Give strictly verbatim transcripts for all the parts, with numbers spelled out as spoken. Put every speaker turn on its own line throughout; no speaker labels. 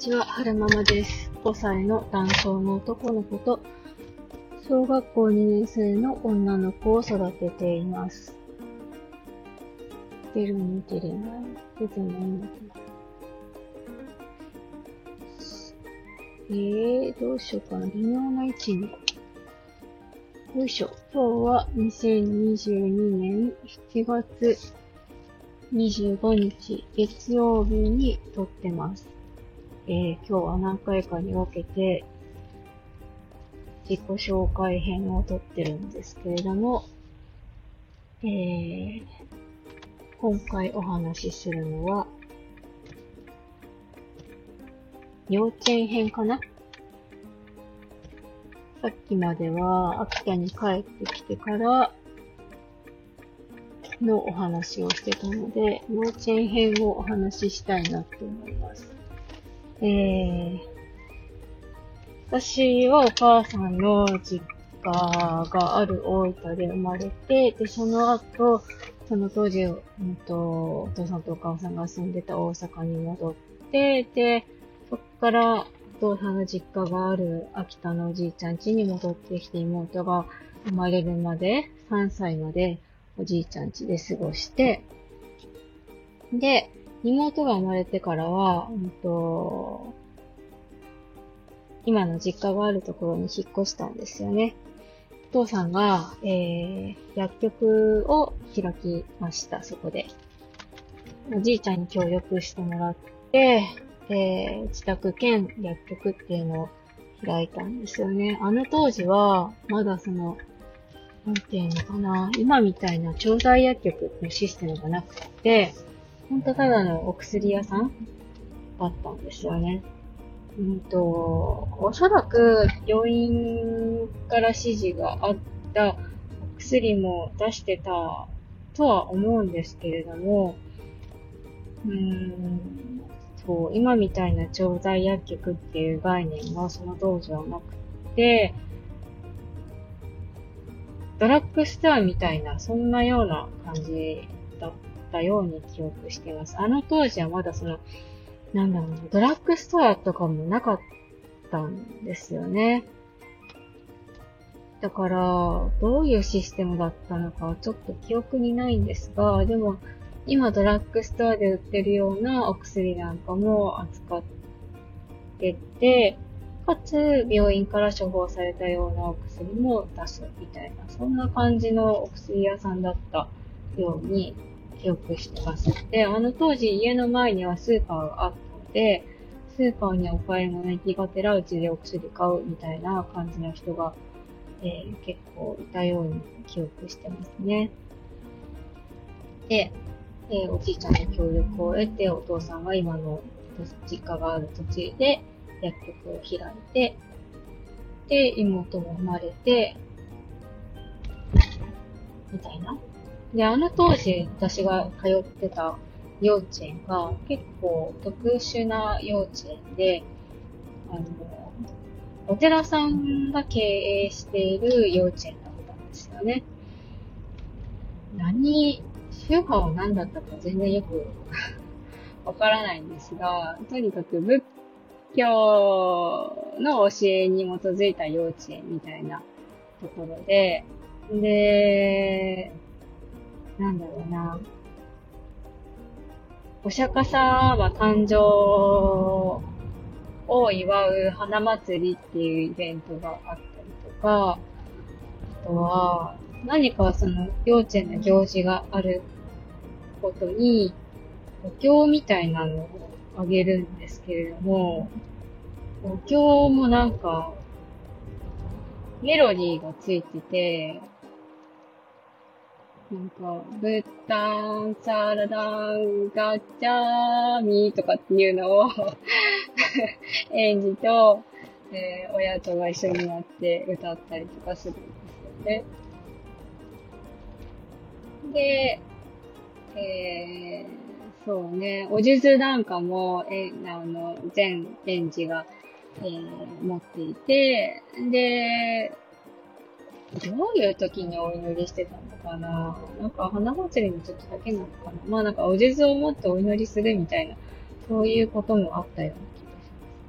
ちは、はるままです。ごさいの男性の男の子と、小学校にねん生の女の子を育てています。出るに出れない。出てないんだけど。えー、どうしようかな。微妙な位置に。よいしょ。今日はにせんにじゅうにねんしちがつにじゅうごにち月曜日に撮ってます。えー、今日は何回かに分けて自己紹介編を撮ってるんですけれども、えー、今回お話しするのは幼稚園編かな。さっきまでは秋田に帰ってきてからのお話をしてたので、幼稚園編をお話ししたいなって思います。えー、私はお母さんの実家がある大分で生まれて、で、その後、その当時、うんと、お父さんとお母さんが住んでた大阪に戻って、で、そっからお父さんの実家がある秋田のおじいちゃん家に戻ってきて、妹が生まれるまで、さんさいまでおじいちゃん家で過ごして、で、妹が生まれてからは、うんと、今の実家があるところに引っ越したんですよね。お父さんが、えー、薬局を開きました、そこで。おじいちゃんに協力してもらって、えー、自宅兼薬局っていうのを開いたんですよね。あの当時は、まだその、なんていうのかな、今みたいな調剤薬局のシステムがなくて、ほんとただのお薬屋さんだったんですよね。うんと、おそらく病院から指示があったお薬も出してたとは思うんですけれども、うーん、そう、今みたいな調剤薬局っていう概念がその当時はなくて、ドラッグストアみたいな、そんなような感じだったように記憶しています。あの当時はまだその、なんだろうな、ドラッグストアとかもなかったんですよね。だから、どういうシステムだったのかはちょっと記憶にないんですが、でも、今ドラッグストアで売ってるようなお薬なんかも扱ってて、かつ、病院から処方されたようなお薬も出すみたいな、そんな感じのお薬屋さんだったように記憶してます。で、あの当時家の前にはスーパーがあったので、スーパーにお買い物行きがてらうちでお薬買うみたいな感じの人が、えー、結構いたように記憶してますね。で、えー、おじいちゃんの協力を得て、お父さんが今の実家がある土地で薬局を開いて、で、妹も生まれて、みたいな。で、あの当時、私が通ってた幼稚園が結構特殊な幼稚園で、あの、お寺さんが経営している幼稚園だったんですよね。何、宗派は何だったか全然よくわからないんですが、とにかく仏教の教えに基づいた幼稚園みたいなところで、で、なんだろうな、お釈迦様誕生を祝う花祭りっていうイベントがあったりとか、あとは、何かその幼稚園の行事があることに、お経みたいなのをあげるんですけれども、お経もなんか、メロディーがついてて、なんか、ブッダン、サラダン、ガッチャーミーとかっていうのを園児と、えー、親とが一緒になって歌ったりとかするんですよね。で、えー、そうね、お数珠なんかも、え、あの、全園児が、えー、持っていて、で、どういう時にお祈りしてたのかな、なんか花祭りの時だけなのかな、まあなんかお数珠を持ってお祈りするみたいな、そういうこともあったような気がします。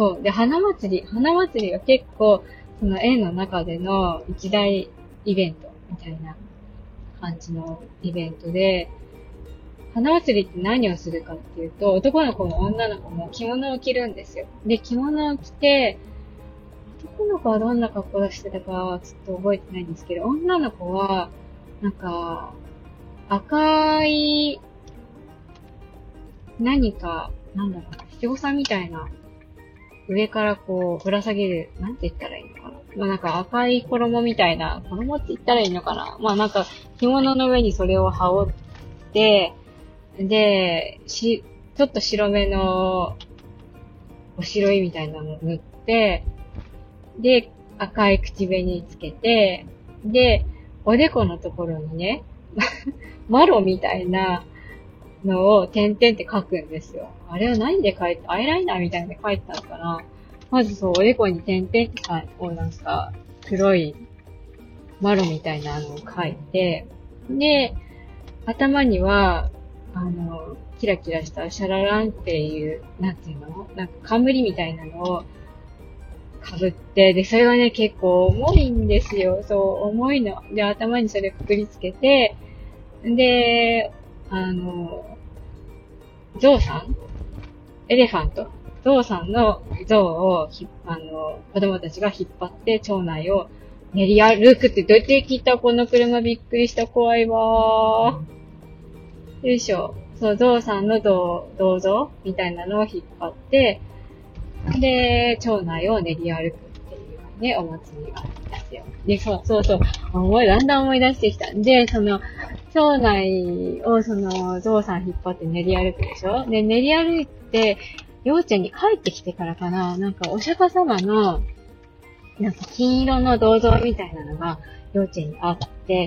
そう。で、花祭り、花祭りは結構、その園の中での一大イベントみたいな感じのイベントで、花祭りって何をするかっていうと、男の子も女の子も着物を着るんですよ。で、着物を着て、男の子はどんな格好をしてたかはちょっと覚えてないんですけど、女の子は、なんか、赤い、何か、なんだろう、七五三みたいな、上からこう、ぶら下げる、なんて言ったらいいのかな。まあなんか赤い衣みたいな、衣って言ったらいいのかな。まあなんか、着物の上にそれを羽織って、で、し、ちょっと白めの、お白いみたいなのを塗って、で、赤い口紅つけて、で、おでこのところにね、マロみたいなのを点々って書くんですよ。あれは何で書いて、アイライナーみたいなので書いてたのかな。まずそう、おでこに点々ってさ、こうなんか、黒いマロみたいなのを書いて、で、頭には、あの、キラキラしたシャラランっていう、なんていうのなんか冠みたいなのを被って、で、それがね、結構重いんですよ。そう、重いの。で、頭にそれくくりつけて、で、あの、ゾウさんエレファントゾウさんのゾウをひ、あの、子供たちが引っ張って町内を練り歩くってどうやって聞いたこの車びっくりした怖いわー。よいしょ。そう、ゾウさんの銅像みたいなのを引っ張って、で、町内を練り歩くっていうね、お祭りがあるんですよ。で、そうそうそう。思い、だんだん思い出してきた。で、その、町内をその、ゾウさん引っ張って練り歩くでしょで、練り歩いて、幼稚園に帰ってきてからかな、なんかお釈迦様の、なんか金色の銅像みたいなのが幼稚園にあって、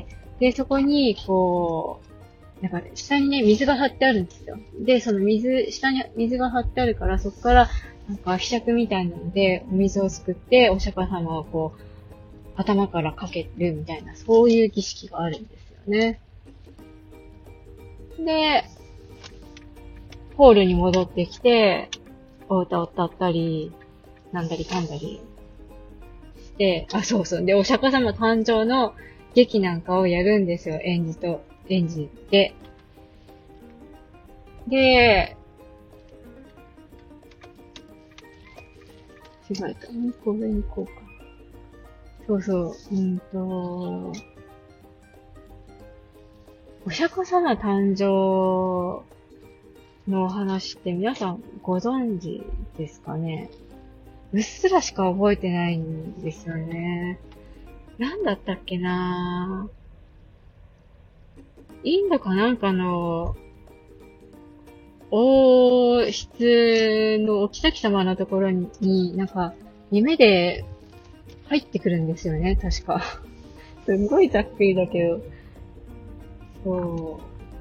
で、そこに、こう、なんか下にね、水が張ってあるんですよ。で、その水、下に水が張ってあるから、そこから、なんか、ひしゃくみたいなので、お水をすくって、お釈迦様をこう、頭からかけるみたいな、そういう儀式があるんですよね。で、ホールに戻ってきて、お歌を歌ったり、なんだりかんだりして、あ、そうそう。で、お釈迦様誕生の劇なんかをやるんですよ、園児と、園児で。で、違えた。もう一個上に行こうか。そうそう、うんと、お釈迦様誕生のお話って皆さんご存知ですかね？うっすらしか覚えてないんですよね。なんだったっけなぁ。インドかなんかの王室のお妃様のところに、なんか夢で入ってくるんですよね、確か。すんごいざっくりだけど。そう。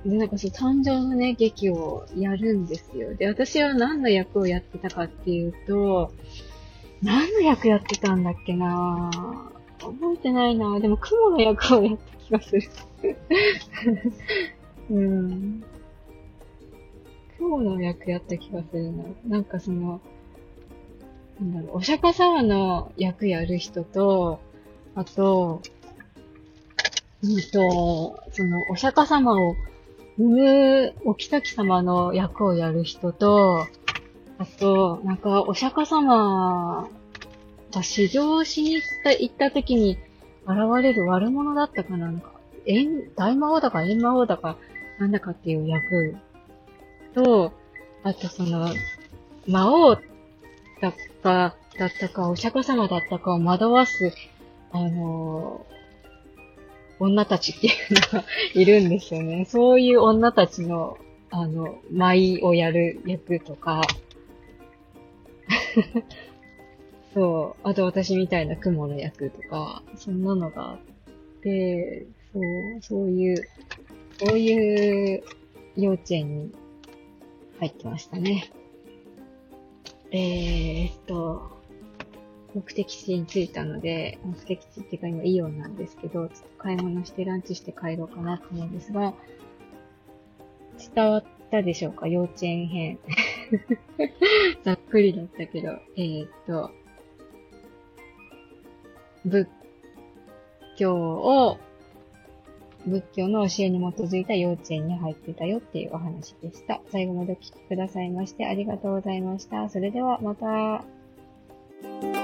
で、なんかそう、誕生のね、劇をやるんですよ。で、私は何の役をやってたかっていうと、何の役やってたんだっけなぁ。覚えてないなぁ。でも、雲の役をやった気がする。うん。雲の役やった気がするな。なんかその、なんだろう、お釈迦様の役やる人と、あと、うんと、その、お釈迦様を産むお妃様の役をやる人と、あと、なんか、お釈迦様が修行しに行った、行った時に現れる悪者だったかな、なんか、縁、大魔王だか閻魔王だか、なんだかっていう役と、あとその、魔王だった、だったか、お釈迦様だったかを惑わす、あのー、女たちっていうのがいるんですよね。そういう女たちの、あの、舞をやる役とか、そう、あと私みたいな雲の役とか、そんなのがあって、そう、そういう、そういう幼稚園に入ってましたね。えーっと、目的地に着いたので、目的地っていうか今イオンなんですけど、ちょっと買い物してランチして帰ろうかなと思うんですが、伝わったでしょうか？幼稚園編。 ざっくりだったけど、えーっと、仏教を、仏教の教えに基づいた幼稚園に入ってたよっていうお話でした。最後までお聞きくださいましてありがとうございました。それではまた。